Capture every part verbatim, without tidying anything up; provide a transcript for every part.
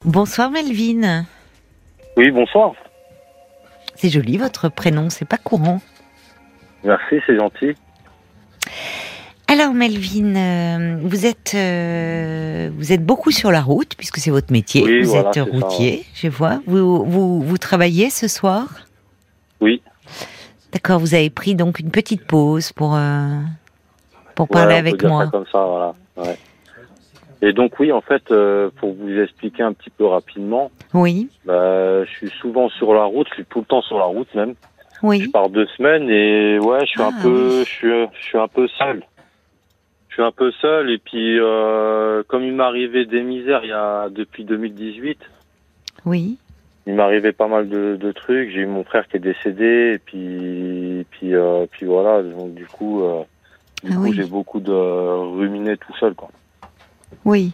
Bonsoir Melvin. Oui, bonsoir. C'est joli votre prénom, c'est pas courant. Merci, c'est gentil. Alors Melvin, euh, vous êtes euh, vous êtes beaucoup sur la route puisque c'est votre métier. Oui, vous voilà, êtes c'est ça, routier, ouais. je vois. Vous, vous vous travaillez ce soir? Oui, D'accord. Vous avez pris donc une petite pause pour euh, pour ouais, parler on peut avec dire ça moi. comme ça, voilà. Ouais. Et donc oui, en fait, euh, pour vous expliquer un petit peu rapidement, Oui, bah, je suis souvent sur la route, je suis tout le temps sur la route même. Je oui. pars deux semaines et ouais, je suis un Ah peu, oui. je suis, je suis un peu seul. Je suis un peu seul et puis euh, comme il m'est arrivé des misères il y a depuis deux mille dix-huit, Oui. il m'est arrivé pas mal de, de trucs. J'ai eu mon frère qui est décédé et puis, puis, euh, puis voilà. Donc du coup. Euh, Du Ah coup, j'ai oui. beaucoup de ruminé tout seul, quoi. Oui.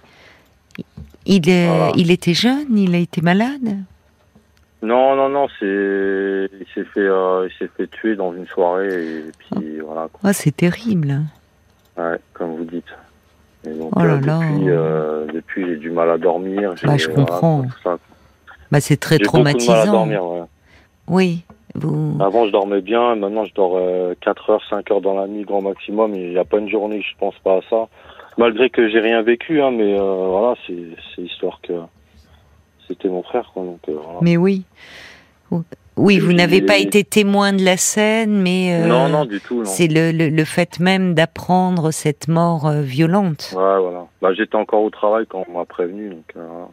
Il est, Voilà. il était jeune, il a été malade. Non, non, non, c'est, il s'est fait, euh, il s'est fait tuer dans une soirée et Oh, puis voilà, quoi. oh, c'est terrible. Ouais, comme vous dites. Et donc Oh euh, là là. depuis, euh, depuis, j'ai du mal à dormir. Bah je J'ai, voilà, quoi, comprends. tout ça. Bah c'est très J'ai beaucoup de mal à traumatisant. dormir. Ouais. Oui, vous. Avant, je dormais bien. Maintenant, je dors euh, quatre heures, cinq heures dans la nuit, grand maximum. Et il n'y a pas une journée que je pense pas à ça. Malgré que j'ai rien vécu, hein, mais euh, voilà, c'est, c'est histoire que c'était mon frère, quoi. Donc euh, voilà. Mais oui, oui, Et vous n'avez pas j'ai- été témoin de la scène, mais Non, euh, non, du tout, non. c'est le, le, le fait même d'apprendre cette mort euh, violente. Ouais, voilà. Bah, j'étais encore au travail quand on m'a prévenu, donc. Euh, voilà.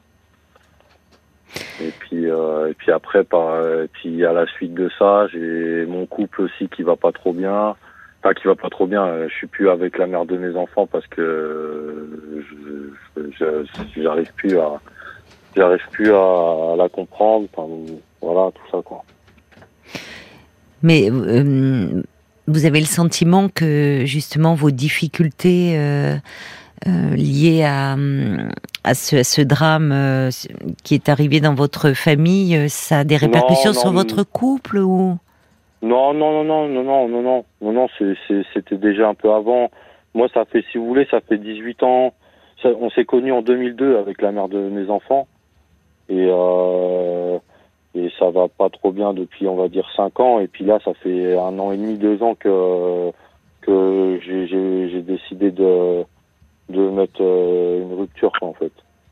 Et puis, euh, et puis après, par, et puis à la suite de ça, j'ai mon couple aussi qui va pas trop bien. Enfin, qui va pas trop bien. euh, Je suis plus avec la mère de mes enfants parce que euh, je, je, je- j'arrive plus à, j'arrive plus à, à la comprendre. Enfin, voilà, tout ça, quoi. Mais euh, vous avez le sentiment que justement vos difficultés euh, euh, liées à, à, ce, à ce drame euh, qui est arrivé dans votre famille, euh, ça a des Non, répercussions sur non, votre couple ou... non, non, non, non, non, non, non, non, non, non, c'est, c'est, c'était déjà un peu avant. Moi, ça fait, si vous voulez, ça fait dix-huit ans. Ça- on s'est connus en deux mille deux avec la mère de mes enfants. Et, euh, et ça va pas trop bien depuis, on va dire, cinq ans. Et puis là, ça fait un an et demi, deux ans que, que j'ai, j'ai, j'ai décidé de, de mettre euh, une rupture, quoi, en fait.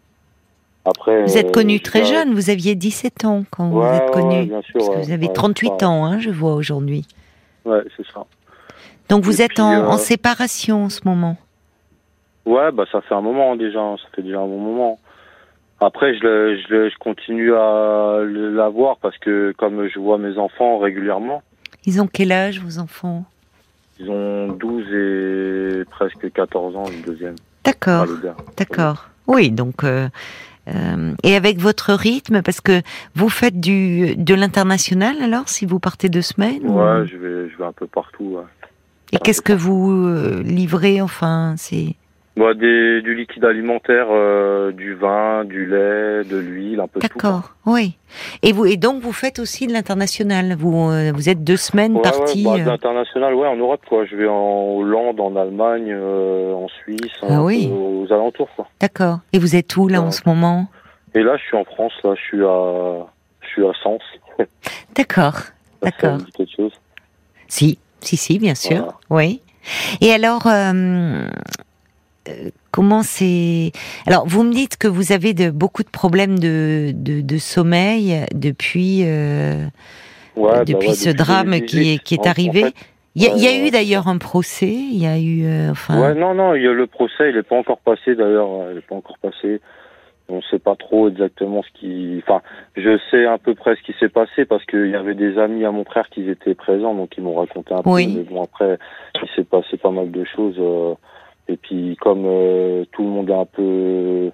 Après, Vous êtes euh, connu je très vais... jeune, vous aviez dix-sept ans quand vous vous Ouais, êtes ouais, ouais, connu, bien sûr, parce que ouais, vous avez ouais, c'est ça, trente-huit ouais. ans, hein, je vois aujourd'hui. Ouais, c'est ça. Donc Et vous êtes puis, en, en euh, séparation en ce moment. ouais, bah ça fait un moment déjà, hein, ça fait déjà un bon moment. Après, je, le- je, le- je continue à le- la voir parce que comme je vois mes enfants régulièrement, Ils ont quel âge vos enfants? ils ont douze et presque quatorze ans, le deuxième. Enfin, D'accord, le dernier. d'accord. Oui, donc euh, euh, et avec votre rythme, parce que vous faites du de l'international alors si vous partez deux semaines Ouais, ou... je vais, je vais un peu partout, ouais. Et Un peu qu'est-ce que partout. vous euh, livrez enfin c'est... Bah, des, du liquide alimentaire, euh, du vin, du lait, de l'huile, un peu de tout, quoi. D'accord, oui. Et vous et donc vous faites aussi de l'international. Vous euh, vous êtes deux semaines Ouais, ouais, partis. bah, euh, d'international, ouais, en Europe, quoi. Je vais en Hollande, en Allemagne, euh, en Suisse, Ah un peu oui, aux alentours, quoi. d'accord. Et vous êtes où là en ce moment? Et là, je suis en France, là, je suis à, je suis à Sens. D'accord, Ça, ça d'accord. vous dit quelque chose? Si, si, si, bien sûr. Voilà. Oui. Et alors, euh, euh, comment c'est... Alors, vous me dites que vous avez de, beaucoup de problèmes de, de, de sommeil depuis, euh, euh, Ouais, bah depuis ouais, ce depuis drame qui deux mille dix-huit. est, qui est En, en arrivé. fait, Il y a, ouais, il y a eu ouais, c'est ça. d'ailleurs un procès. Il y a eu, euh, Ouais, enfin, non, non, il y a le procès, il est pas encore passé, d'ailleurs, euh, il est pas encore passé. On sait pas trop exactement ce qui, enfin, je sais à peu près ce qui s'est passé parce qu'il y avait des amis à mon frère qui étaient présents, donc ils m'ont raconté un peu, mais oui, bon, après, il s'est passé pas mal de choses, euh, et puis, comme euh, tout le monde est un peu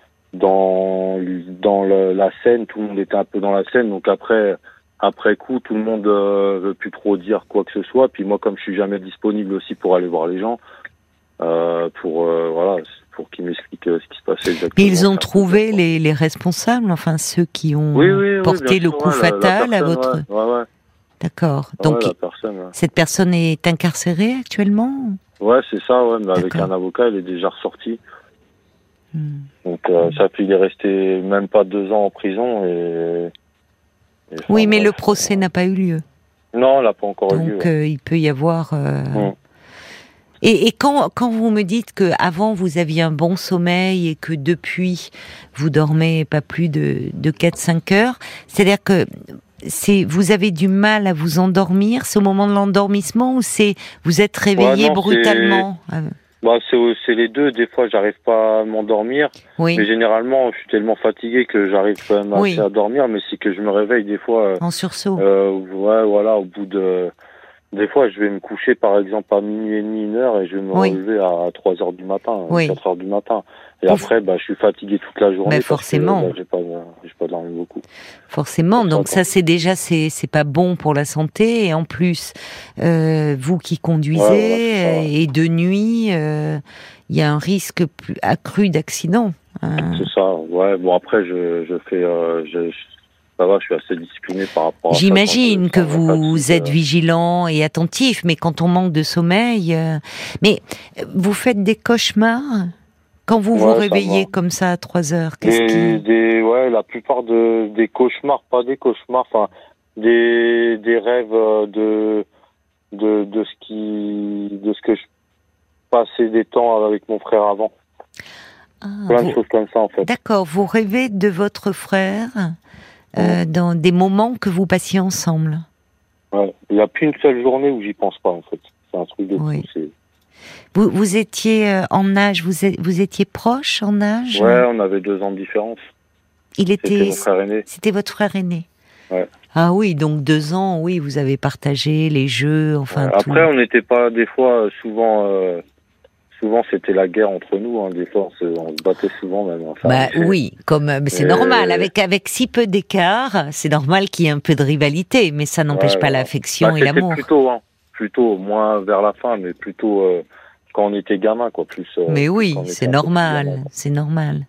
dans dans le- la scène, tout le monde était un peu dans la scène, donc après après coup tout le monde euh, veut plus trop dire quoi que ce soit, puis moi comme je suis jamais disponible aussi pour aller voir les gens, euh, pour euh, voilà, pour qu'ils m'expliquent euh, ce qui se passait mais exactement, ils ont c'est un peu dur, trouvé quoi. les, les responsables, enfin ceux qui Oui, ont oui, oui, bien porté le sûr, coup ouais, la, la fatal à personne, ouais, votre... ouais, ouais, D'accord. ouais, Donc, la personne, ouais. cette personne est incarcérée actuellement? Ouais, c'est ça, ouais, mais avec un D'accord. avocat, il est déjà ressorti. Mmh. Donc euh, ça, puis il est resté même pas deux ans en prison et. et enfin, Oui, mais bref, le procès euh... n'a pas eu lieu. Non, il n'a pas encore Donc, eu lieu. Ouais. Euh, il peut y avoir. Euh... Mmh. Et, et quand, quand vous me dites que avant vous aviez un bon sommeil et que depuis vous dormez pas plus de, de quatre à cinq heures, c'est-à-dire que c'est, vous avez du mal à vous endormir, c'est au moment de l'endormissement ou c'est vous êtes réveillé Ouais, non, brutalement? Bah, c'est, c'est les deux. Des fois, j'arrive pas à m'endormir. Oui. Mais généralement, je suis tellement fatigué que j'arrive quand même assez Oui. à dormir. Mais c'est que je me réveille des fois. Euh, en sursaut. Euh, ouais, voilà, au bout de. Des fois, je vais me coucher, par exemple, à minuit et demi, une heure, et je vais me Oui. relever à trois heures du matin, Oui. quatre heures du matin. Et Vous... après, bah, je suis fatigué toute la journée. Bah, forcément. Parce que, bah, j'ai pas, j'ai pas dormi beaucoup. Forcément. Donc ça, ça c'est déjà, c'est, c'est pas bon pour la santé. Et en plus, euh, vous qui conduisez, ouais, voilà, ça, ouais. et de nuit, il euh, y a un risque plus accru d'accident. Hein. C'est ça. Ouais. Bon, après, je, je fais, euh, je, je ça va, je suis assez discipliné par rapport à ça. J'imagine que vous fatigue, êtes vigilant et attentif, mais quand on manque de sommeil... Euh... Mais vous faites des cauchemars quand vous ouais, vous réveillez ça comme ça à trois heures? Qu'est-ce des, qui... des, ouais, la plupart de, des cauchemars, pas des cauchemars, enfin, des, des rêves de, de, de, ce qui, de ce que je passais des temps avec mon frère avant. Ah, Plein vous... de choses comme ça, en fait. D'accord, vous rêvez de votre frère Euh, dans des moments que vous passiez ensemble. Ouais. Il n'y a plus une seule journée où j'y pense pas, en fait. C'est un truc de oui. fou. C'est... Vous, vous étiez euh, en âge, vous, êtes, vous étiez proche en âge? Ouais, on avait deux ans de différence. Il était... C'était mon frère aîné. C'était votre frère aîné. Ouais. Ah oui, donc deux ans, oui, vous avez partagé les jeux, enfin ouais. tout. Après, on n'était pas, des fois, souvent... Euh... Souvent, c'était la guerre entre nous. Hein. Des fois, on se, on se battait souvent même. Enfin, bah oui, comme c'est et... normal. Avec avec si peu d'écart, c'est normal qu'il y ait un peu de rivalité, mais ça n'empêche ouais, pas ouais. l'affection bah, et l'amour. Plutôt, hein, plutôt moins vers la fin, mais plutôt euh, quand on était gamin, quoi. Plus. Euh, mais oui, plus c'est normal, gamin, c'est normal.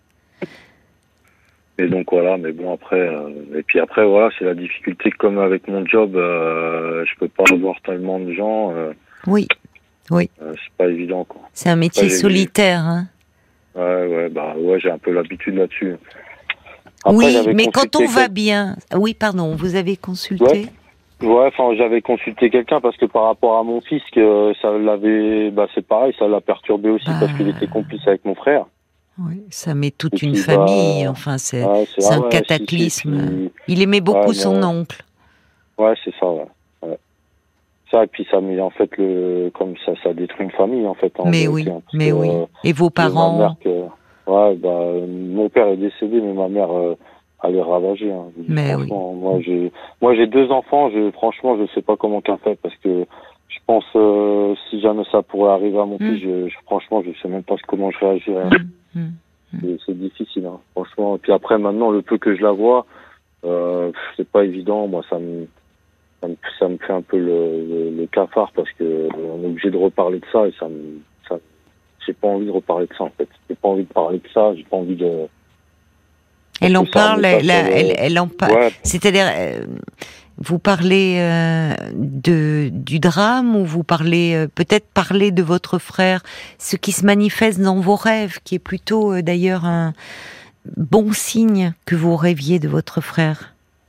Et donc voilà, mais bon après, euh, et puis après voilà, c'est la difficulté comme avec mon job, euh, je peux pas avoir tellement de gens. Euh, oui. Oui. Euh, c'est pas évident, quoi. C'est un métier solitaire, hein. Ouais, ouais, bah, ouais, j'ai un peu l'habitude là-dessus. Après, oui, mais quand on va bien... Oui, pardon, vous avez consulté? Ouais, ouais, enfin, j'avais consulté quelqu'un parce que par rapport à mon fils, que ça l'avait... Bah, c'est pareil, ça l'a perturbé aussi bah... parce qu'il était complice avec mon frère. Oui, ça met toute et une famille, bah... enfin, c'est, ouais, c'est, c'est ah, un ouais, cataclysme. Si, si, si... Il aimait beaucoup ouais, son ouais. oncle. Ouais, c'est ça, ouais. ouais. Ça, et puis ça met en fait le comme ça ça détruit une famille en fait. En mais vérité, oui, hein, mais que, oui. Euh, et vos parents? Ma mère que, ouais, bah mon père est décédé, mais ma mère euh, elle est ravagée. Hein. Mais oui. Moi j'ai moi j'ai deux enfants. Je franchement je sais pas comment qu'elle fait parce que je pense euh, si jamais ça pourrait arriver à mon fils, mm. je, je franchement je sais même pas comment je réagirais. Mm. Mm. C'est, c'est difficile, hein, franchement. Et puis après maintenant le peu que je la vois, euh, c'est pas évident. Moi ça me Ça me, ça me fait un peu le, le, le cafard parce que on est obligé de reparler de ça et ça me, ça, j'ai pas envie de reparler de ça en fait. J'ai pas envie de parler de ça, j'ai pas envie de. Elle en parle, elle, elle, elle en parle. Ouais. C'est-à-dire, euh, vous parlez euh, de du drame ou vous parlez euh, peut-être parler de votre frère, ce qui se manifeste dans vos rêves, qui est plutôt euh, d'ailleurs un bon signe que vous rêviez de votre frère.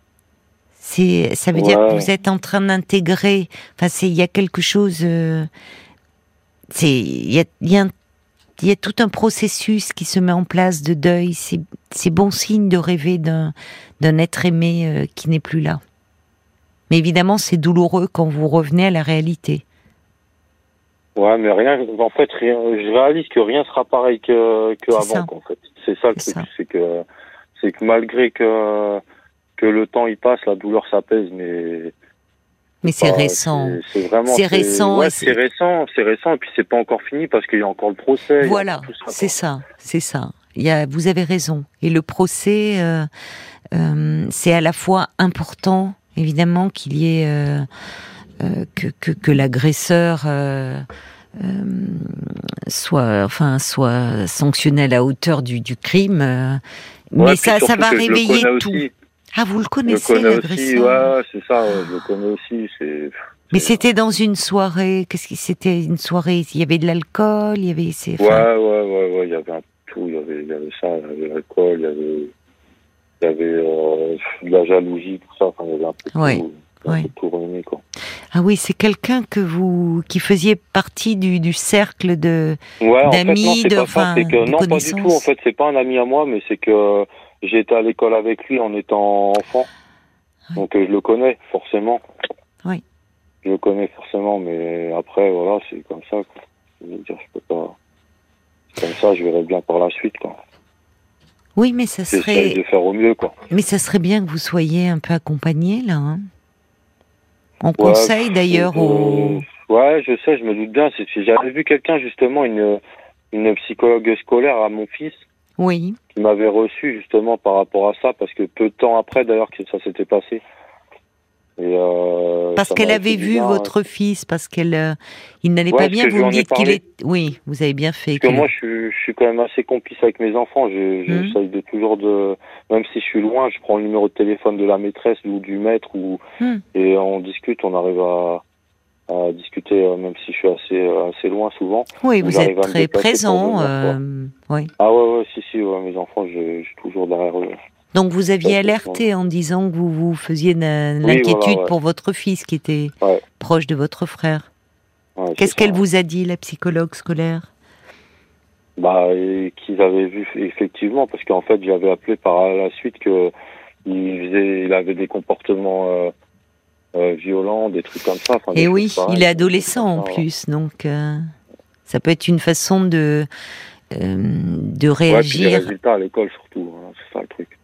C'est, ça veut ouais. dire que vous êtes en train d'intégrer. Enfin, c'est, il y a quelque chose. Euh, c'est, il y a, il y a, un, il y a tout un processus qui se met en place de deuil. C'est, c'est bon signe de rêver d'un, d'un être aimé euh, qui n'est plus là. Mais évidemment, c'est douloureux quand vous revenez à la réalité. Ouais, mais rien. En fait, rien, je réalise que rien sera pareil que, que c'est avant. En fait, c'est ça le c'est truc. Ça. C'est que, c'est que malgré que. que le temps y passe, la douleur s'apaise, mais mais c'est pas, récent. C'est, c'est vraiment c'est c'est, récent. Ouais, c'est... c'est récent, c'est récent, et puis c'est pas encore fini parce qu'il y a encore le procès. Voilà, tout ça, c'est ça, c'est ça. Il y a, vous avez raison. Et le procès, euh, euh, c'est à la fois important, évidemment, qu'il y ait euh, euh, que, que que l'agresseur euh, euh, soit, enfin, soit sanctionné à la hauteur du du crime. Euh, ouais, mais ça, ça va réveiller tout. Aussi. Ah, vous le connaissez, je le connais l'agresseur? Aussi, ouais, c'est ça, ouais, je le connais aussi. C'est, mais c'est... c'était dans une soirée. Qu'est-ce qui c'était une soirée? Il y avait de l'alcool, il y avait. C'est, enfin... Ouais, ouais, ouais, ouais. Il y avait un, tout. Il y avait, il y avait ça, il y avait l'alcool, il y avait, il y avait euh, de la jalousie, tout ça. Enfin, il y avait un peu ouais. tout, un ouais. peu tout ruiné, quoi. Ah oui, c'est quelqu'un que vous, qui faisiez partie du, du cercle de Ouais, d'amis, en fait, non, c'est de, pas enfin, ça. C'est que de non, pas du tout. En fait, c'est pas un ami à moi, mais c'est que j'ai été à l'école avec lui en étant enfant, oui. donc euh, je le connais forcément. Oui. Je le connais forcément, mais après, voilà, c'est comme ça, quoi. Je veux dire, je peux pas. C'est comme ça, je verrai bien par la suite, quoi. Oui, mais ça J'essaye serait. de faire au mieux, quoi. Mais ça serait bien que vous soyez un peu accompagné, là. Hein. On Ouais, conseille d'ailleurs euh, aux. Ouais, je sais, je me doute bien. C'est, c'est- j'avais vu quelqu'un, justement, une, une psychologue scolaire à mon fils, Oui. qui m'avait reçu, justement, par rapport à ça, parce que peu de temps après, d'ailleurs, que ça s'était passé. Et euh, Parce ça qu'elle m'avait avait fait du vu bien, hein. votre fils, parce qu'elle, euh, il n'allait Ouais, pas parce bien. que je Vous lui me en ai dites qu'il parlé. est. Oui, vous avez bien fait. Parce que qu'il moi, est- je suis, je suis quand même assez complice avec mes enfants. Je, Hmm. j'essaye de toujours de, même si je suis loin, je prends le numéro de téléphone de la maîtresse ou du maître ou Hmm. et on discute. On arrive à, à discuter, euh, même si je suis assez, euh, assez loin souvent. Oui, Où vous j'arrive êtes à me très déplacer pour présent. venir, quoi. euh, Oui. Ah ouais, ouais, si, si, ouais, mes enfants, je, je suis toujours derrière eux. Donc vous aviez Ouais, alerté en disant que vous vous faisiez de oui, l'inquiétude voilà, ouais. pour votre fils qui était Ouais. proche de votre frère. Ouais, Qu'est-ce c'est qu'elle ça. vous a dit, la psychologue scolaire? Bah, et qu'ils avaient vu effectivement, parce qu'en fait, j'avais appelé par la suite que il faisait, il avait des comportements euh, euh, violents, des trucs comme ça. Enfin, des Et choses oui, pareilles, il est des choses adolescent comme en ça, ouais. plus, donc euh, ça peut être une façon de euh, de Ouais, puis les réagir. résultats à l'école surtout, hein, c'est ça le truc.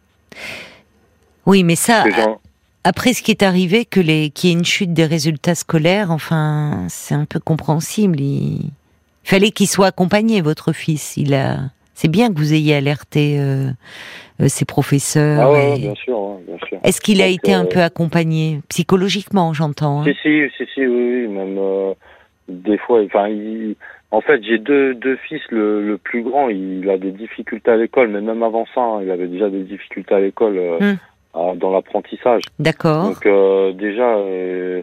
Oui, mais ça, Parce que j'en- après ce qui est arrivé, que les qu'il y ait une chute des résultats scolaires, enfin, c'est un peu compréhensible. Il fallait qu'il soit accompagné, votre fils. Il a, c'est bien que vous ayez alerté euh, euh, ses professeurs. Ah ouais, ouais, Et... bien sûr, ouais, bien sûr. Est-ce qu'il a Donc, été un euh, peu accompagné psychologiquement, j'entends, hein? si, si, si, si, oui, oui, même euh, des fois, enfin, il... en fait, j'ai deux, deux fils. Le, le plus grand, il a des difficultés à l'école, mais même avant ça, hein, il avait déjà des difficultés à l'école euh, Hum, à- dans l'apprentissage. D'accord. Donc euh, déjà, euh,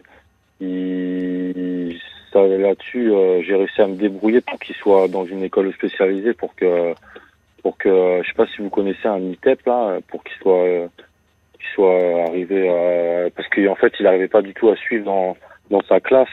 il... ça, là-dessus, euh, j'ai réussi à me débrouiller pour qu'il soit dans une école spécialisée, pour que, pour que, je sais pas si vous connaissez un I T E P là, pour qu'il soit euh, qu'il soit arrivé à... parce qu'en fait il n'arrivait pas du tout à suivre dans, dans sa classe.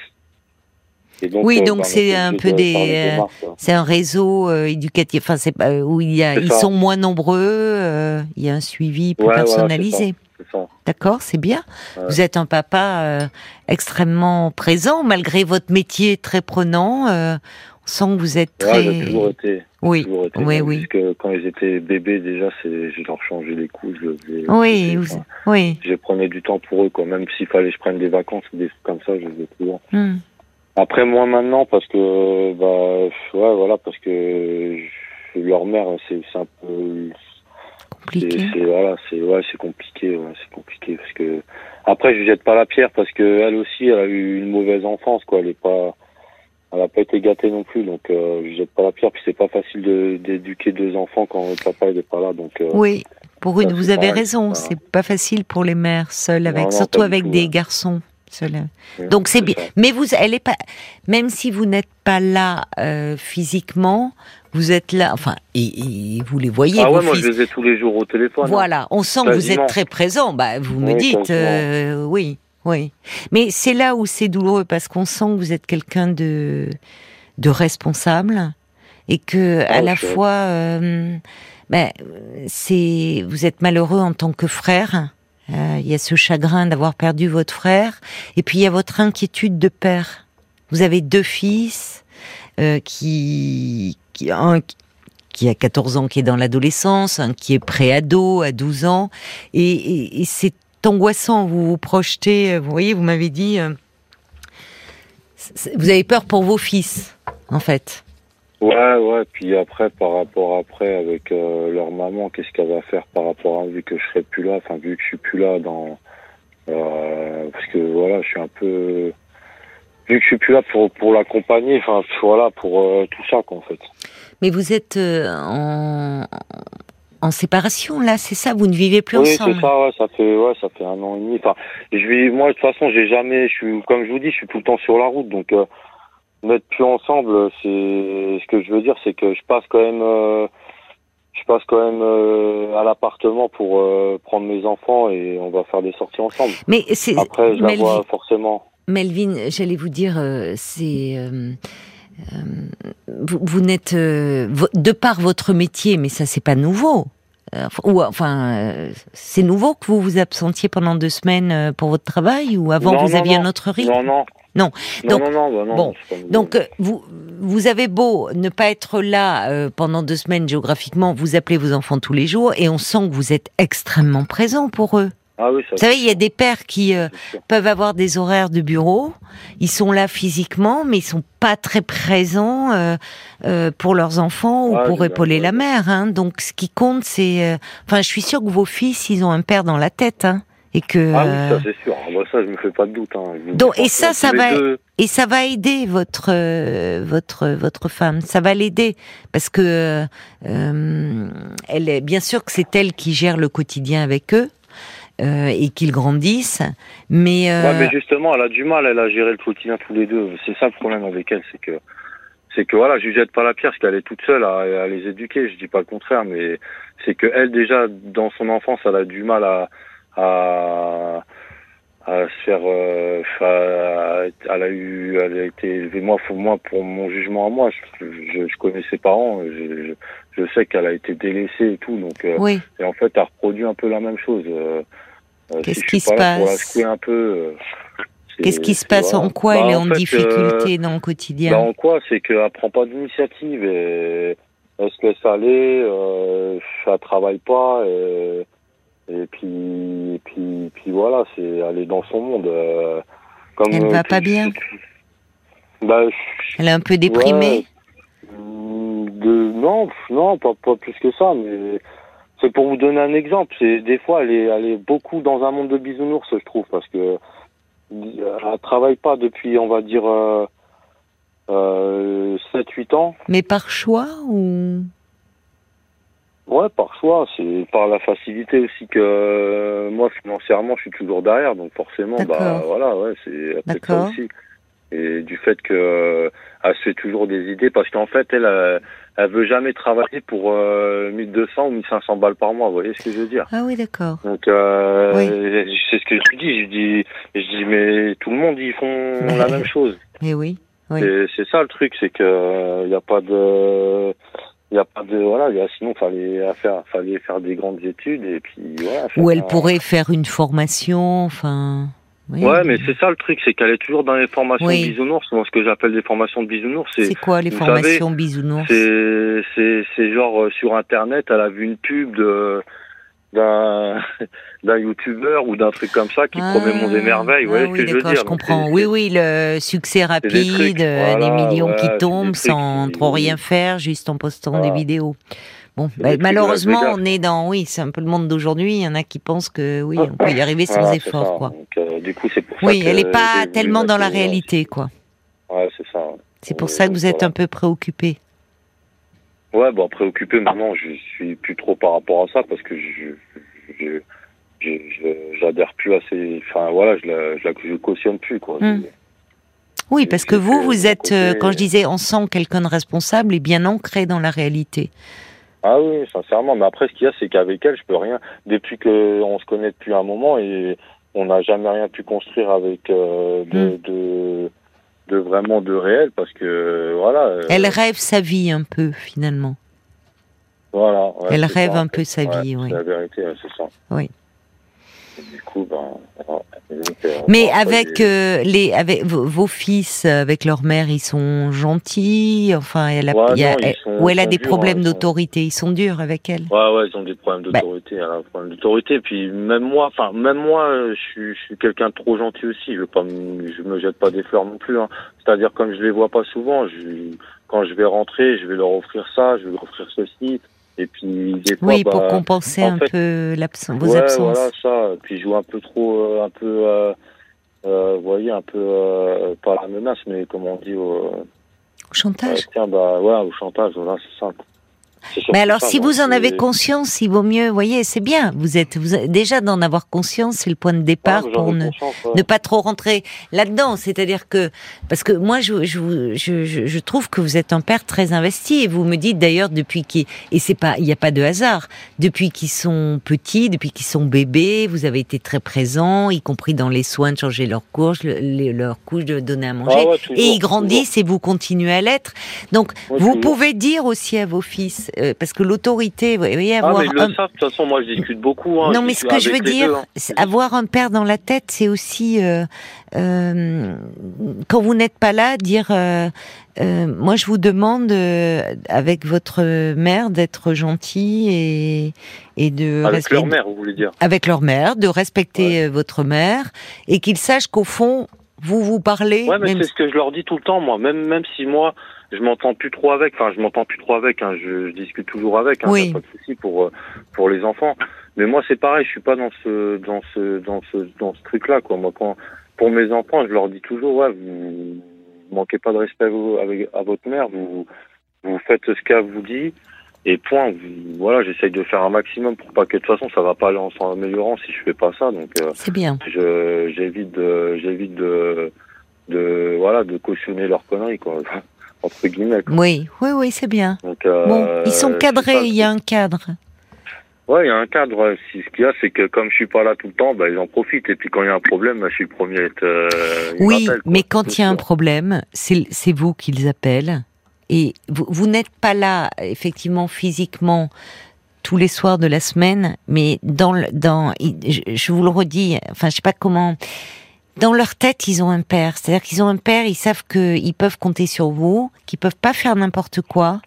Et donc, Oui, euh, donc ben, on c'est était un obligé peu de faire les des, euh, démarches, quoi. c'est un réseau euh, éducatif. Enfin, c'est pas où il y a, C'est ils ça. sont moins nombreux. euh, il y a un suivi plus Ouais, voilà, c'est ça. personnalisé. C'est ça. D'accord, c'est bien. Ouais. Vous êtes un papa euh, extrêmement présent, malgré votre métier très prenant. euh, on sent que vous êtes Ouais, très. j'ai toujours été. J'ai Oui, toujours été. oui, Même oui. jusque quand ils étaient bébés, déjà, c'est, je leur changeais les couches, je, je, Oui, je, vous- enfin, oui. je prenais du temps pour eux, quoi. Même s'il fallait que je prenne des vacances ou des trucs comme ça, je les faisais toujours. Hmm. Après, moi, maintenant, parce que, bah, ouais, voilà, parce que je, leur mère, c'est, c'est un peu, c'est, Compliqué. c'est, voilà, c'est, ouais, c'est compliqué, ouais, c'est compliqué, parce que, après, je lui jette pas la pierre, parce que elle aussi, elle a eu une mauvaise enfance, quoi, elle est pas, elle a pas été gâtée non plus, donc, euh, je lui jette pas la pierre, puis c'est pas facile de, d'éduquer deux enfants quand le papa, il est pas là, donc, euh, Oui, pour une, ça, vous c'est avez pareil, raison. c'est C'est pas facile pour les mères seules, avec, non, non, surtout pas du avec tout, des ouais. garçons. Seuls. Ouais, Donc c'est c'est bien. ça. Mais vous, elle est pas. Même si vous n'êtes pas là euh, physiquement, vous êtes là. Enfin, et, et vous les voyez, Ah vos ouais, moi, fils. je les ai tous les jours au téléphone, hein. Voilà, on sent que vous êtes Quasiment. très présent. Bah, vous me Oui, dites, quasiment. euh, oui, oui. Mais c'est là où c'est douloureux parce qu'on sent que vous êtes quelqu'un de de responsable et que Ah, à la je suis- fois, euh, ben, c'est vous êtes malheureux en tant que frère. Euh, Il y a ce chagrin d'avoir perdu votre frère, et puis il y a votre inquiétude de père. Vous avez deux fils, euh, qui, qui un qui a quatorze ans, qui est dans l'adolescence, un qui est pré-ado à douze ans, et, et, et c'est angoissant. Vous vous projetez, vous voyez, vous m'avez dit, euh, c'est- vous avez peur pour vos fils, en fait. Ouais, ouais, puis après, par rapport après, avec euh, leur maman, qu'est-ce qu'elle va faire par rapport à, vu que je serai plus là, enfin, vu que je suis plus là dans, euh, parce que voilà, je suis un peu, vu que je suis plus là pour, pour l'accompagner, enfin, voilà, pour euh, tout ça, quoi, en fait. Mais vous êtes euh, en, en séparation, là, c'est ça? Vous ne vivez plus Oui, c'est ensemble? ça, ouais, ça fait, ouais, ça fait un an et demi, enfin, je vis, moi, de toute façon, j'ai jamais, je suis, comme je vous dis, je suis tout le temps sur la route, donc, euh, n'être plus ensemble, c'est, ce que je veux dire, c'est que je passe quand même, euh, je passe quand même euh, à l'appartement pour euh, prendre mes enfants et on va faire des sorties ensemble. Mais c'est Après, je la Melvin, vois forcément. Melvin, j'allais vous dire, euh, c'est euh, euh, vous, vous n'êtes euh, vo- de par votre métier, mais ça c'est pas nouveau. Euh, ou enfin, euh, c'est nouveau que vous vous absentiez pendant deux semaines euh, pour votre travail, ou avant Non, vous non, aviez non. un autre rythme? Non, non. Non. Non, Donc non, non, bah non, bon, c'est pas nouveau. donc euh, vous vous avez beau ne pas être là euh, pendant deux semaines géographiquement, vous appelez vos enfants tous les jours et on sent que vous êtes extrêmement présent pour eux. Ah oui, ça. Vous savez, il y a des pères qui euh, c'est sûr. peuvent avoir des horaires de bureau, ils sont là physiquement, mais ils sont pas très présents euh, euh, pour leurs enfants ou Ah, pour j'ai épauler bien, la ouais. mère. Hein. Donc, ce qui compte, c'est, euh, enfin, je suis sûre que vos fils, ils ont un père dans la tête, hein, et que. Ah oui, euh, ça c'est sûr. Ah, bah, ça, je me fais pas de doute. Hein. Je vous dis donc, et ça, franchement, ça tous les va, deux- et ça va aider votre euh, votre votre femme. Ça va l'aider parce que euh, elle est bien sûr que c'est elle qui gère le quotidien avec eux. Euh, et qu'ils grandissent, mais, euh... Ouais, mais justement, elle a du mal, elle a géré le quotidien tous les deux. C'est ça le problème avec elle, c'est que, c'est que voilà, je lui jette pas la pierre, parce qu'elle est toute seule à, à les éduquer. Je dis pas le contraire, mais c'est que elle déjà dans son enfance, elle a du mal à à, à se faire. Euh, à- elle a eu, elle a été élevée. Moi, faut moi pour mon jugement à moi, je, je, je connais ses parents, je, je, je sais qu'elle a été délaissée et tout, donc euh, oui. et en fait, elle reproduit un peu la même chose. Euh, Euh, Qu'est-ce si qui je suis se pas là pour la passe secouer un peu. Euh, Qu'est-ce qui se c'est- passe voilà. En quoi Bah, elle est en en fait, difficulté euh, dans le bah, quotidien? en quoi c'est qu'elle prend pas d'initiative et elle se laisse aller, euh, elle travaille pas et, et puis et puis puis voilà, c'est elle est dans son monde. Euh, comme Elle euh, va tout- pas bien? Bah je- Elle est un peu ouais, déprimée? mm, de non pff, non pas pas plus que ça, mais c'est pour vous donner un exemple. C'est des fois elle est elle est beaucoup dans un monde de bisounours, je trouve, parce que elle travaille pas depuis, on va dire, euh, euh, sept huit ans. Mais par choix ou? Ouais, par choix. C'est par la facilité aussi que euh, moi, financièrement, je suis toujours derrière. Donc forcément, bah D'accord. voilà, ouais, c'est peut-être ça D'accord. aussi. Et du fait que euh, elle se fait toujours des idées, parce qu'en fait, elle, euh, elle veut jamais travailler pour euh, mille deux cents ou mille cinq cents balles par mois. Vous voyez ce que je veux dire? Ah oui, d'accord. Donc, euh, Oui. c'est ce que je lui dis. Je dis, je dis, mais tout le monde, ils font Mais, la même chose. mais oui, oui. Et c'est ça le truc, c'est que il y a pas de, il y a pas de, voilà, y a, sinon fallait faire, fallait faire des grandes études et puis voilà. Ou elle chacun- pourrait faire une formation, enfin. Oui. Ouais, mais c'est ça le truc, c'est qu'elle est toujours dans les formations Oui. de bisounours, dans ce que j'appelle des formations de bisounours. C'est, C'est quoi les vous formations savez, bisounours? c'est, c'est, c'est genre euh, sur internet, elle a vu une pub de d'un d'un youtubeur ou d'un truc comme ça qui Ah, promet Monts et Merveilles. Vous ah voyez ce oui, que je veux d'accord, dire? je Donc, comprends. c'est- Oui, c'est- oui, le succès des rapide, trucs, euh, des voilà, millions ouais, qui c'est des tombent trucs sans qui- trop rien faire, juste en postant des Voilà. vidéos. Bon, C'est bah, des trucs de malheureusement, Las Vegas. on est dans, oui, c'est un peu le monde d'aujourd'hui. Il y en a qui pensent que oui, on peut y arriver sans Voilà, c'est effort, ça. quoi. Donc, euh, du coup, c'est pour ça Oui, que elle n'est pas j'ai voulu tellement dans la mettre, euh, réalité, quoi. Ouais, c'est ça. C'est pour Euh, ça que donc, vous êtes voilà. un peu préoccupé. Ouais, bon, préoccupé maintenant, je suis plus trop par rapport à ça parce que je, je, je, je- j'adhère plus à ces. Enfin, voilà, je la, je la je cautionne plus, quoi. Hmm. Je- Oui, Et parce que c'est vous, que vous de mon êtes, euh, côté, quand je disais, on sent quelqu'un de responsable et bien ancré dans la réalité. Ah oui, sincèrement. Mais après, ce qu'il y a, c'est qu'avec elle, je peux rien. Depuis que on se connaît depuis un moment et on n'a jamais rien pu construire avec euh, de, Mm. de de vraiment de réel parce que voilà. euh, Elle rêve sa vie un peu, finalement. Voilà. Ouais, Elle c'est rêve ça, un peu sa ouais, vie, oui. C'est la vérité, ouais, c'est ça. Oui. Et du coup, ben. ouais, donc, euh, Mais bon, après, avec j'ai- euh, les, avec vos, vos fils, euh, avec leur mère, ils sont gentils. Enfin, elle a, Ouais, il y a- non, ils elle- sont- ou elle ils a sont des durs, problèmes hein, ils sont- d'autorité. Ils sont durs avec elle. Ouais, ouais, ils ont des problèmes Bah. d'autorité, elle a un problème d'autorité. Puis même moi, enfin, même moi, euh, je suis, je suis quelqu'un de trop gentil aussi. Je veux pas, me- je me jette pas des fleurs non plus. Hein. C'est-à-dire comme je les vois pas souvent, je, quand je vais rentrer, je vais leur offrir ça, je vais leur offrir ceci. Et puis des fois, Oui, bah, pour compenser en un fait, peu l'absence, vos ouais, absences. voilà ça. Puis je joue un peu trop, euh, un peu, euh, euh, vous voyez, un peu euh, pas la menace, mais comment on dit, au, Au chantage. euh, tiens, bah ouais, au chantage. Voilà, c'est ça. Mais alors, ça, si moi, vous en c'est- avez conscience, il vaut mieux, vous voyez, c'est bien. Vous êtes, vous êtes- déjà d'en avoir conscience, c'est le point de départ Ah, mais j'en pour ai ne, conscience, ouais. ne pas trop rentrer là-dedans. C'est-à-dire que, parce que moi, je, je, je, je, je trouve que vous êtes un père très investi. Et vous me dites d'ailleurs depuis qu'ils, et c'est pas, il n'y a pas de hasard. Depuis qu'ils sont petits, depuis qu'ils sont bébés, vous avez été très présent, y compris dans les soins de changer leur couche, le- les- leur couche, de donner à manger. Ah ouais, toujours, et ils grandissent et vous continuez à l'être. Donc, Ouais, vous toujours. pouvez dire aussi à vos fils, euh, parce que l'autorité, vous voyez, Ah, avoir mais ils un... le savent, de toute façon, moi je discute beaucoup. Hein, Non, je mais ce discute que je veux avec les dire, deux, hein. c'est avoir un père dans la tête, c'est aussi, euh, euh, quand vous n'êtes pas là, dire, euh, euh, moi je vous demande, euh, avec votre mère, d'être gentil et, et de... Avec respect- leur mère, vous voulez dire. Avec leur mère, de respecter euh, votre mère, et qu'ils sachent qu'au fond, vous vous parlez... Ouais, mais même c'est ce que je leur dis tout le temps, moi. Même, même si moi, je m'entends plus trop avec. Enfin, je m'entends plus trop avec. Hein, je, je discute toujours avec. Hein, Oui. y a pas de souci pour euh, pour les enfants. Mais moi, c'est pareil. Je suis pas dans ce dans ce dans ce dans ce truc-là, quoi. Moi, quand pour mes enfants, je leur dis toujours, ouais, vous manquez pas de respect à, vos- avec, à votre mère. Vous vous faites ce qu'elle vous dit. Et point. Vous- voilà, j'essaye de faire un maximum pour pas que de toute façon, ça va pas aller en s'améliorant si je fais pas ça. Donc, euh, C'est bien. je j'évite de j'évite de de voilà de cautionner leurs conneries, quoi, entre guillemets, quoi. Oui, oui, oui, c'est bien. Donc euh, Bon, ils sont c'est ça, cadrés, il y a un cadre. ouais, il y a un cadre, ouais. Si, ce qu'il y a, c'est que comme je suis pas là tout le temps, bah ils en profitent, et puis quand il y a un problème, bah, je suis le premier à être euh, ils Oui, m'appellent, quoi. mais quand C'est il y a un sûr. problème, c'est c'est vous qu'ils appellent. Et vous, vous n'êtes pas là, effectivement, physiquement, tous les soirs de la semaine, mais dans, le- dans, je, je vous le redis, enfin, je sais pas comment, dans leur tête, ils ont un père. C'est-à-dire qu'ils ont un père, ils savent qu'ils peuvent compter sur vous, qu'ils peuvent pas faire n'importe quoi.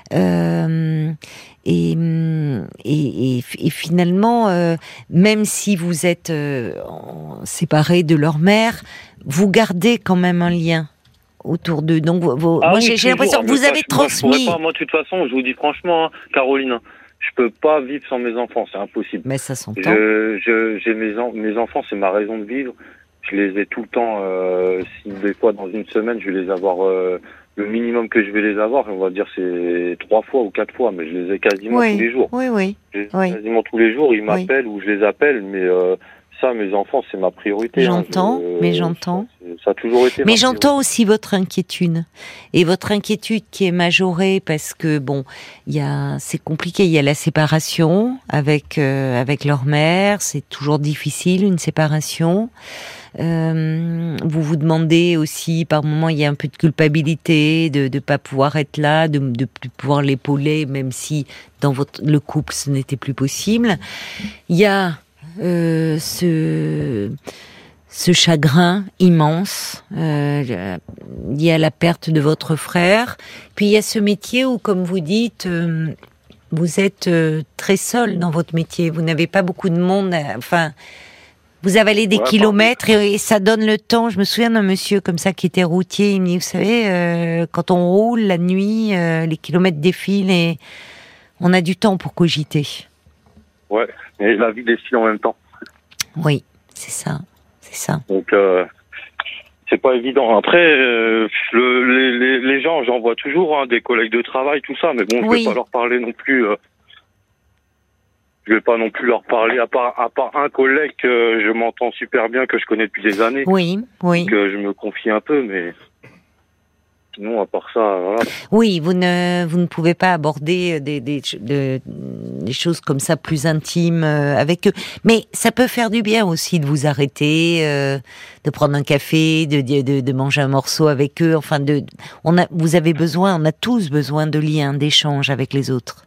Euh, et, et, et, et finalement, euh, même si vous êtes euh, en- séparés de leur mère, vous gardez quand même un lien autour d'eux. Donc, vos- vos- Ah moi, oui, j'ai j'ai toujours, l'impression que mais vous ça, avez je- moi, je pourrais transmis. pas, moi, de toute façon, je vous dis franchement, hein, Caroline, hein, je peux pas vivre sans mes enfants, c'est impossible. Mais ça s'entend. Je, je, j'ai mes, en- mes enfants, c'est ma raison de vivre. Je les ai tout le temps. Euh, si des fois dans une semaine, je vais les avoir. Euh, le minimum que je vais les avoir, on va dire, c'est trois fois ou quatre fois, mais je les ai quasiment tous les Oui, jours. oui, oui. Je les ai Oui. quasiment tous les jours, ils m'appellent ou je les appelle, mais euh, ça, mes enfants, c'est ma priorité. hein. J'entends, Je- mais j'entends. Ça, ça a toujours été. Mais ma j'entends aussi votre inquiétude. Et votre inquiétude qui est majorée parce que, bon, il y a, c'est compliqué, il y a la séparation avec, euh, avec leur mère, c'est toujours difficile, une séparation. Euh, vous vous demandez aussi, par moments, il y a un peu de culpabilité de ne pas pouvoir être là, de ne plus pouvoir l'épauler, même si dans votre, le couple, ce n'était plus possible. Il y a euh, ce... ce chagrin immense, euh, il y a la perte de votre frère, puis il y a ce métier où, comme vous dites, euh, vous êtes euh, très seul dans votre métier, vous n'avez pas beaucoup de monde, euh, enfin, vous avalez des Ouais, kilomètres et, et ça donne le temps. Je me souviens d'un monsieur comme ça qui était routier, il me dit, vous savez, euh, quand on roule la nuit, euh, les kilomètres défilent et on a du temps pour cogiter. Ouais, et la vie défile en même temps. Oui, c'est ça. C'est ça. Donc, euh, c'est pas évident. Après, euh, le, les, les, les gens, j'en vois toujours, hein, des collègues de travail, tout ça, mais bon, je Oui. vais pas leur parler non plus. Euh, je vais pas non plus leur parler, à part, à part un collègue que je m'entends super bien, que je connais depuis des années, Oui, oui. que je me confie un peu, mais sinon, à part ça, voilà. Oui, vous ne, vous ne pouvez pas aborder des, des, de- des choses comme ça plus intimes euh, avec eux. Mais ça peut faire du bien aussi de vous arrêter, euh, de prendre un café, de, de, de manger un morceau avec eux. Enfin, de, on a, vous avez besoin, on a tous besoin de liens, d'échanges avec les autres.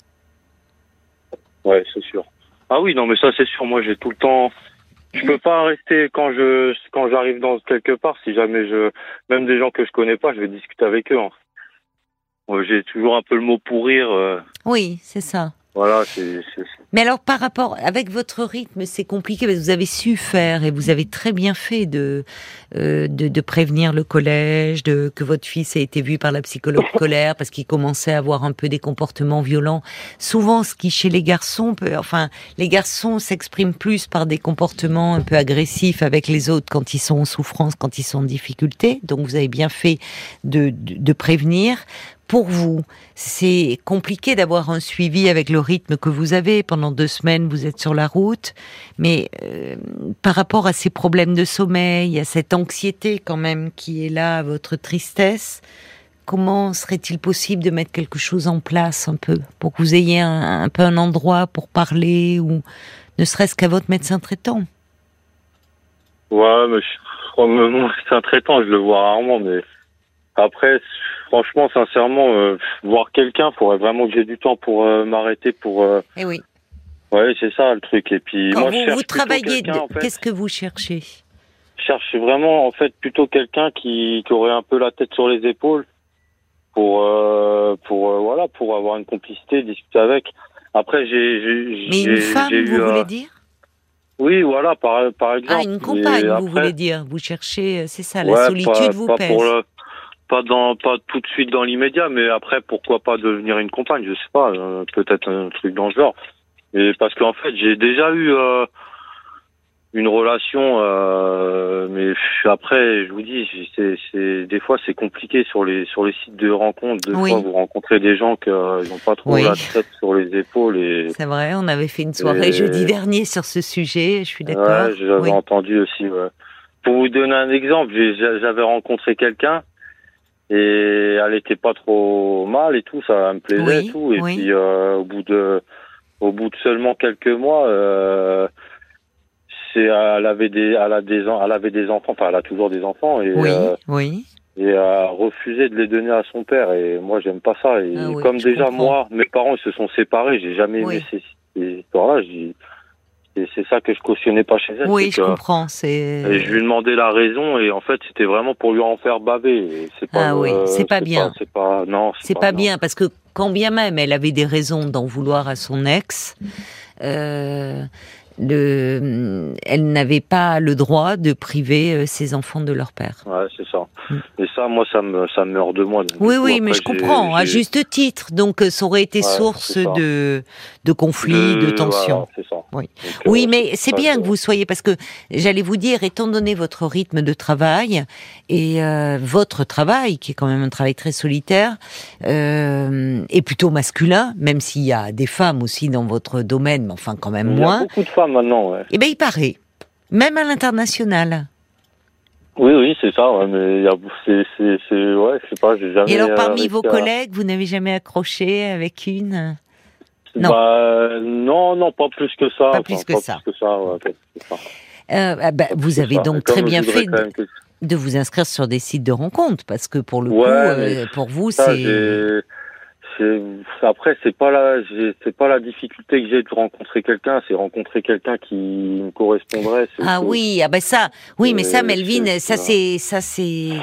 Ouais, c'est sûr. Ah oui, non, mais ça, c'est sûr. Moi, j'ai tout le temps. Je peux pas rester quand je quand j'arrive dans quelque part. Si jamais je, même des gens que je connais pas, je vais discuter avec eux. Hein. Moi, j'ai toujours un peu le mot pour rire. euh, Oui, c'est ça. Voilà, c'est. c'est- Mais alors, par rapport, avec votre rythme, c'est compliqué parce que vous avez su faire et vous avez très bien fait de, euh, de, de prévenir le collège, de, que votre fils ait été vu par la psychologue scolaire parce qu'il commençait à avoir un peu des comportements violents. Souvent, ce qui chez les garçons peut, enfin, les garçons s'expriment plus par des comportements un peu agressifs avec les autres quand ils sont en souffrance, quand ils sont en difficulté. Donc, vous avez bien fait de, de, de prévenir. pour vous, c'est compliqué d'avoir un suivi avec le rythme que vous avez. Pendant deux semaines, vous êtes sur la route. Mais euh, par rapport à ces problèmes de sommeil, à cette anxiété quand même qui est là, à votre tristesse, comment serait-il possible de mettre quelque chose en place un peu pour que vous ayez un, un peu un endroit pour parler ou ne serait-ce qu'à votre médecin traitant? Ouais, mais je crois que mon médecin traitant, je le vois rarement, mais après, franchement, sincèrement, euh, voir quelqu'un, faudrait vraiment que j'ai du temps pour euh, m'arrêter pour. Euh... Eh oui. Ouais, c'est ça le truc. Et puis quand moi, vous, je cherche vous travaillez, de... en fait. Qu'est-ce que vous cherchez? Je cherche vraiment, en fait, plutôt quelqu'un qui, qui aurait un peu la tête sur les épaules pour, euh, pour, euh, voilà, pour avoir une complicité, discuter avec. Après, j'ai, j'ai, mais une femme, j'ai vous eu, voulez euh... dire? Oui, voilà, par, par exemple. Ah, une compagne, après... vous voulez dire. Vous cherchez, c'est ça, la ouais, solitude pas, vous pas pèse. Pour le... Pas dans, pas tout de suite dans l'immédiat, mais après, pourquoi pas devenir une compagne, je sais pas, euh, peut-être un truc dans ce genre. Et parce qu'en fait, j'ai déjà eu euh, une relation, euh, mais après, je vous dis, c'est, c'est des fois c'est compliqué sur les sur les sites de rencontres. Des oui. fois, vous rencontrez des gens qui euh, n'ont pas trop oui. la tête sur les épaules. Et c'est vrai, on avait fait une soirée et... jeudi dernier sur ce sujet. Je suis d'accord. Ouais, j'avais oui. entendu aussi. Ouais. Pour vous donner un exemple, j'ai, j'avais rencontré quelqu'un. Et elle était pas trop mal et tout, ça me plaisait oui, et tout. Et oui. puis euh, au bout de, au bout de seulement quelques mois, euh, c'est, elle avait des, elle a des, elle avait des enfants, enfin elle a toujours des enfants et oui, euh, oui. et elle a refusé de les donner à son père. Et moi j'aime pas ça. Et ah oui, comme déjà comprends. moi, mes parents ils se sont séparés, j'ai jamais oui. aimé ces, ces histoires-là. J'ai, Et c'est ça que je cautionnais pas chez elle. Oui, je que, comprends. C'est... Et je lui ai demandé la raison et en fait c'était vraiment pour lui en faire baver. Et c'est pas ah oui, euh, c'est pas c'est bien. Pas, c'est pas non. C'est, c'est pas, pas bien parce que quand bien même elle avait des raisons d'en vouloir à son ex, euh, le, elle n'avait pas le droit de priver ses enfants de leur père. Ouais, c'est ça. Mm. Et ça, moi, ça me, ça me meurt de moi. Donc, oui, coup, oui, après, mais je comprends, j'ai... à juste titre. Donc, ça aurait été ouais, source de, de conflits, de, de tensions. Voilà, c'est ça. Oui, donc, oui euh, mais c'est bien que vous soyez, parce que j'allais vous dire, étant donné votre rythme de travail et euh, votre travail, qui est quand même un travail très solitaire, euh, et plutôt masculin, même s'il y a des femmes aussi dans votre domaine, mais enfin quand même il moins. Il y a beaucoup de femmes maintenant, ouais. Eh bien, il paraît, même à l'international. Oui, oui, c'est ça, ouais, mais il y a, c'est, c'est, c'est, ouais, je sais pas, j'ai jamais... Et alors, parmi euh, vos à... collègues, vous n'avez jamais accroché avec une? Non. Bah, non, non, pas plus que ça. Pas enfin, plus que pas ça. Plus que ça, ouais, pas plus que ça. Euh, bah, vous avez ça. donc très bien fait de, que... de vous inscrire sur des sites de rencontres, parce que pour le ouais, coup, euh, pour vous, ça, c'est... J'ai... C'est... Après, c'est pas la, j'ai... c'est pas la difficulté que j'ai de rencontrer quelqu'un, c'est rencontrer quelqu'un qui me correspondrait. C'est ah que... oui, ah ben ça, oui, mais ça, Melvin, c'est... ça c'est, ça c'est,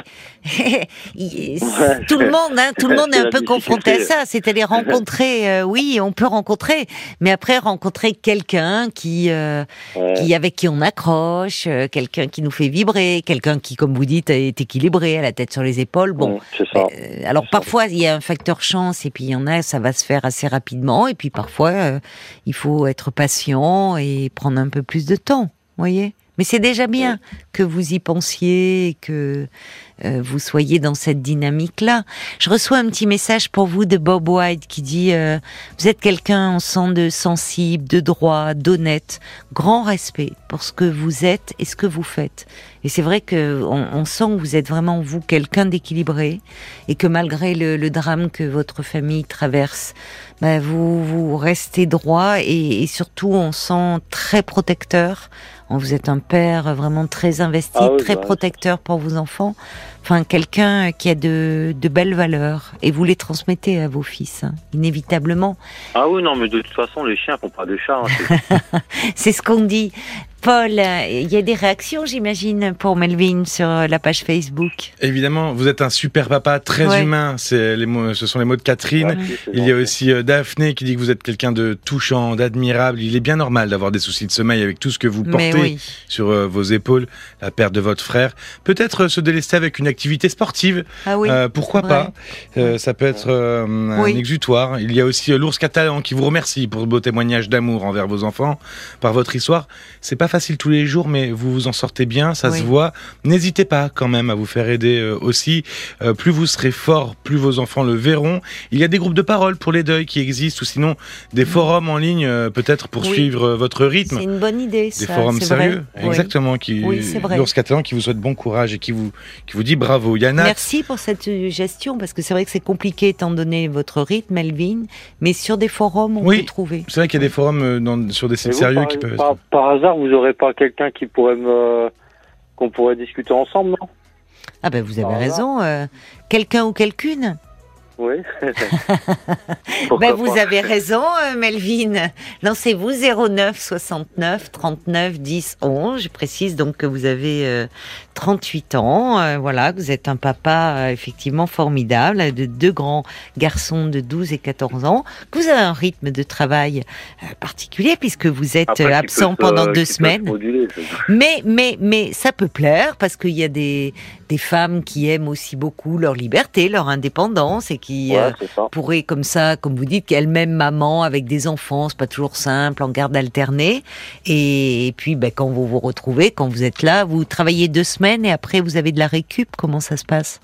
tout le monde, hein, tout le monde est un peu confronté à ça. C'est-à-dire rencontrer, euh, oui, on peut rencontrer, mais après rencontrer quelqu'un qui, euh, ouais. qui avec qui on accroche, euh, quelqu'un qui nous fait vibrer, quelqu'un qui, comme vous dites, est équilibré, a la tête sur les épaules. Bon, ouais, c'est ça. Euh, alors c'est parfois ça. Il y a un facteur chance et puis il y en a, ça va se faire assez rapidement et puis parfois euh, il faut être patient et prendre un peu plus de temps, voyez. Mais c'est déjà bien ouais. que vous y pensiez et que euh, vous soyez dans cette dynamique-là. Je reçois un petit message pour vous de Bob White qui dit euh, « Vous êtes quelqu'un, on sent, de sensible, de droit, d'honnête, grand respect pour ce que vous êtes et ce que vous faites. » Et c'est vrai que on, on sent que vous êtes vraiment, vous, quelqu'un d'équilibré et que malgré le, le drame que votre famille traverse, bah, vous, vous restez droit et, et surtout on sent très protecteur. Vous êtes un père vraiment très investi, ah oui, très bah, protecteur pour vos enfants. Enfin, quelqu'un qui a de, de belles valeurs. Et vous les transmettez à vos fils, hein, inévitablement. Ah oui, non, mais de toute façon, les chiens font pas de chats. Hein, c'est... c'est ce qu'on dit. Paul, il y a des réactions, j'imagine, pour Melvin sur la page Facebook. Évidemment, vous êtes un super papa, très ouais. humain. C'est les mots, ce sont les mots de Catherine. Ouais, il y a aussi euh, Daphné qui dit que vous êtes quelqu'un de touchant, d'admirable. Il est bien normal d'avoir des soucis de sommeil avec tout ce que vous portez oui. sur euh, vos épaules, la perte de votre frère. Peut-être euh, se délester avec une activité activité sportive. Ah oui, euh, pourquoi pas euh, Ça peut être euh, oui. un exutoire. Il y a aussi euh, l'ours catalan qui vous remercie pour vos témoignages d'amour envers vos enfants, par votre histoire. C'est pas facile tous les jours, mais vous vous en sortez bien, ça oui. se voit. N'hésitez pas quand même à vous faire aider euh, aussi. Euh, plus vous serez fort, plus vos enfants le verront. Il y a des groupes de parole pour les deuils qui existent, ou sinon des forums en ligne, euh, peut-être pour oui. suivre euh, votre rythme. C'est une bonne idée, ça. Des forums sérieux, vrai. exactement. Oui. Qui, oui, c'est vrai. L'ours catalan qui vous souhaite bon courage et qui vous, qui vous dit bravo. Yana. Merci pour cette gestion, parce que c'est vrai que c'est compliqué étant donné votre rythme, Melvin, mais sur des forums, on oui, peut trouver. C'est vrai qu'il y a des forums euh, dans, sur des sites vous, sérieux par, qui peuvent par, être... par hasard, vous n'aurez pas quelqu'un qui pourrait me... qu'on pourrait discuter ensemble, non? Ah ben vous avez par raison. Euh, quelqu'un ou quelqu'une? Oui. ben vous pas. avez raison, euh, Melvin. Lancez-vous zéro neuf soixante-neuf trente-neuf dix onze. Je précise donc que vous avez euh, trente-huit ans. Euh, voilà, vous êtes un papa euh, effectivement formidable de deux grands garçons de douze et quatorze ans. Que vous avez un rythme de travail euh, particulier puisque vous êtes Après, absent pendant se, deux semaines. Moduler, mais mais mais ça peut plaire parce qu'il y a des des femmes qui aiment aussi beaucoup leur liberté, leur indépendance et qui qui ouais, euh, pourrait comme ça, comme vous dites, qu'elle-même maman avec des enfants, c'est pas toujours simple, en garde alternée. Et, et puis, ben, quand vous vous retrouvez, quand vous êtes là, vous travaillez deux semaines et après vous avez de la récup. Comment ça se passe?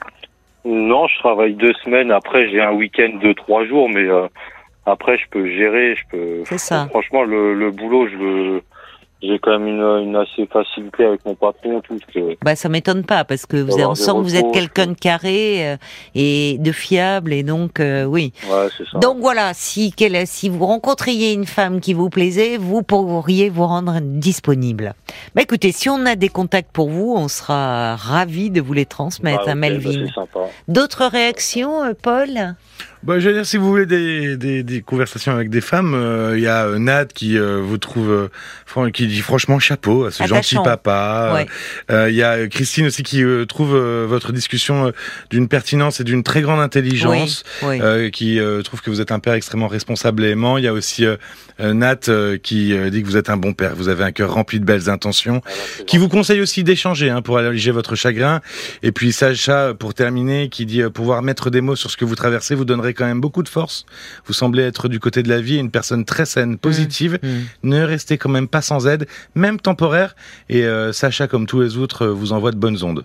Non, je travaille deux semaines. Après, j'ai un week-end de trois jours, mais euh, après, je peux gérer. Je peux. C'est ça. Franchement, le, le boulot, je le. J'ai quand même une, une assez facilité avec mon patron, tout. Que... Bah, ça m'étonne pas, parce que vous êtes, on sent que vous êtes quelqu'un de carré euh, et de fiable, et donc, euh, oui. Ouais, c'est ça. Donc voilà, si, quelle, si vous rencontriez une femme qui vous plaisait, vous pourriez vous rendre disponible. Bah écoutez, si on a des contacts pour vous, on sera ravis de vous les transmettre, bah, okay, à Melvin. Bah, c'est sympa. D'autres réactions, euh, Paul? Bah, je veux dire, si vous voulez des, des, des conversations avec des femmes, il euh, y a euh, Nat qui euh, vous trouve, euh, qui dit franchement chapeau à ce Attachant. gentil papa. Il ouais. euh, y a Christine aussi qui euh, trouve euh, votre discussion euh, d'une pertinence et d'une très grande intelligence, oui. Oui. Euh, qui euh, trouve que vous êtes un père extrêmement responsable et aimant. Il y a aussi euh, Nat euh, qui euh, dit que vous êtes un bon père, vous avez un cœur rempli de belles intentions, ah, bah, qui vous conseille aussi d'échanger hein, pour alléger votre chagrin. Et puis Sacha, pour terminer, qui dit euh, pouvoir mettre des mots sur ce que vous traversez vous donnerait quand même beaucoup de force. Vous semblez être du côté de la vie, une personne très saine, positive. Mmh, mmh. Ne restez quand même pas sans aide, même temporaire. Et euh, Sacha, comme tous les autres, vous envoie de bonnes ondes.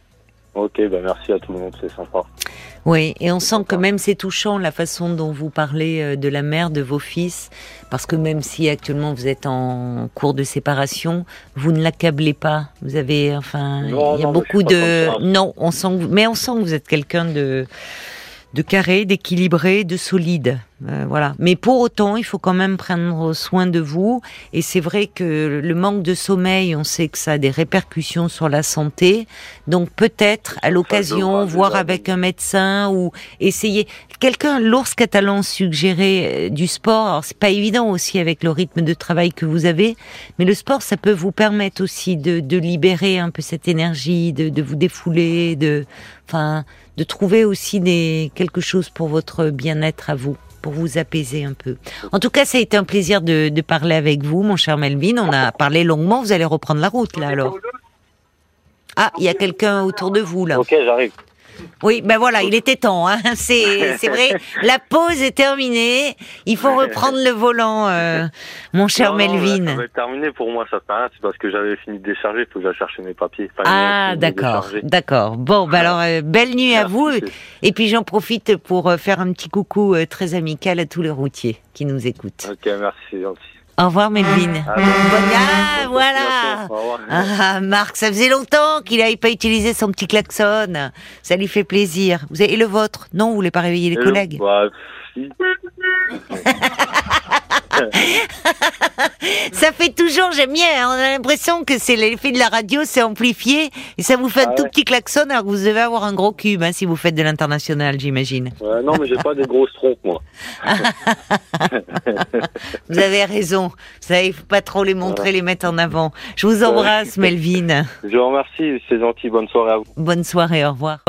Ok, bah merci à tout le monde, c'est sympa. Oui, et on sent que même c'est touchant la façon dont vous parlez de la mère de vos fils, parce que même si actuellement vous êtes en cours de séparation, vous ne l'accablez pas. Vous avez, enfin, non, il y a non, beaucoup de, non, on sent, que vous... mais on sent que vous êtes quelqu'un de de carré, d'équilibré, de solide. Euh, voilà. Mais pour autant, il faut quand même prendre soin de vous. Et c'est vrai que le manque de sommeil, on sait que ça a des répercussions sur la santé. Donc peut-être, à l'occasion, voir avec un médecin ou essayer. Quelqu'un, l'ours catalan suggérait du sport. Alors c'est pas évident aussi avec le rythme de travail que vous avez, mais le sport, ça peut vous permettre aussi de, de libérer un peu cette énergie, de, de vous défouler, de, enfin, de trouver aussi des, quelque chose pour votre bien-être à vous, pour vous apaiser un peu. En tout cas, ça a été un plaisir de, de parler avec vous, mon cher Melvin. On a parlé longuement, vous allez reprendre la route, là, alors. Ah, il y a quelqu'un autour de vous, là. Ok, j'arrive. Oui, ben voilà, il était temps, hein. C'est, c'est vrai, la pause est terminée, il faut reprendre le volant, euh, mon cher non, Melvin. Non, ça va être terminé pour moi, ça fait rien, c'est parce que j'avais fini de décharger, il faut que j'aille chercher mes papiers. Enfin, ah, d'accord, d'accord. Bon, ben alors, euh, belle nuit à vous, et puis j'en profite pour faire un petit coucou euh, très amical à tous les routiers qui nous écoutent. Ok, merci, c'est gentil. Au revoir Melvin. Ah, bon, ah voilà. Ah, Marc, ça faisait longtemps qu'il n'avait pas utilisé son petit klaxon. Ça lui fait plaisir. Vous avez et le vôtre? Non, vous voulez pas réveiller les et collègues? le... bah, si. Ça fait toujours, j'aime bien, hein, on a l'impression que c'est l'effet de la radio, c'est amplifié, et ça vous fait ah un tout ouais. petit klaxon, alors que vous devez avoir un gros cube, hein, si vous faites de l'international, j'imagine. Ouais, non, mais j'ai pas des grosses trompes, moi. Vous avez raison, vous savez, faut pas trop les montrer, ouais. les mettre en avant. Je vous embrasse, ouais. Melvin. Je vous remercie, c'est gentil, bonne soirée à vous. Bonne soirée, au revoir.